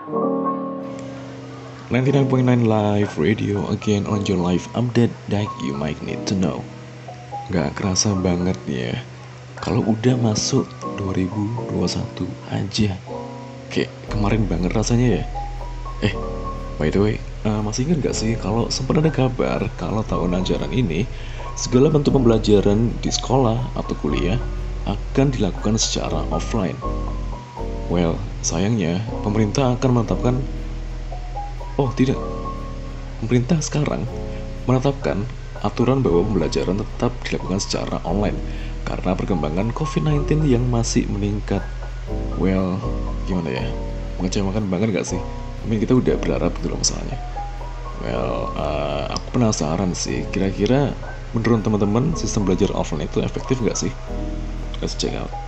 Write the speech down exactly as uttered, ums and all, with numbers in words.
ninety-nine point nine Live Radio again on your live update that you might need to know. Gak kerasa banget ya kalau udah masuk dua ribu dua puluh satu aja. Kayak kemarin banget rasanya ya. Eh, by the way, uh, masih ingat gak sih kalau sempat ada kabar kalau tahun ajaran ini segala bentuk pembelajaran di sekolah atau kuliah akan dilakukan secara offline. Well, sayangnya pemerintah akan menetapkan Oh tidak, pemerintah sekarang menetapkan aturan bahwa pembelajaran tetap dilakukan secara online karena perkembangan covid sembilan belas yang masih meningkat. Well, gimana ya, mengecewakan banget gak sih? Mungkin kita udah berharap gitu loh masalahnya. Well, uh, aku penasaran sih, kira-kira menurut teman-teman sistem belajar offline itu efektif gak sih? Let's check out.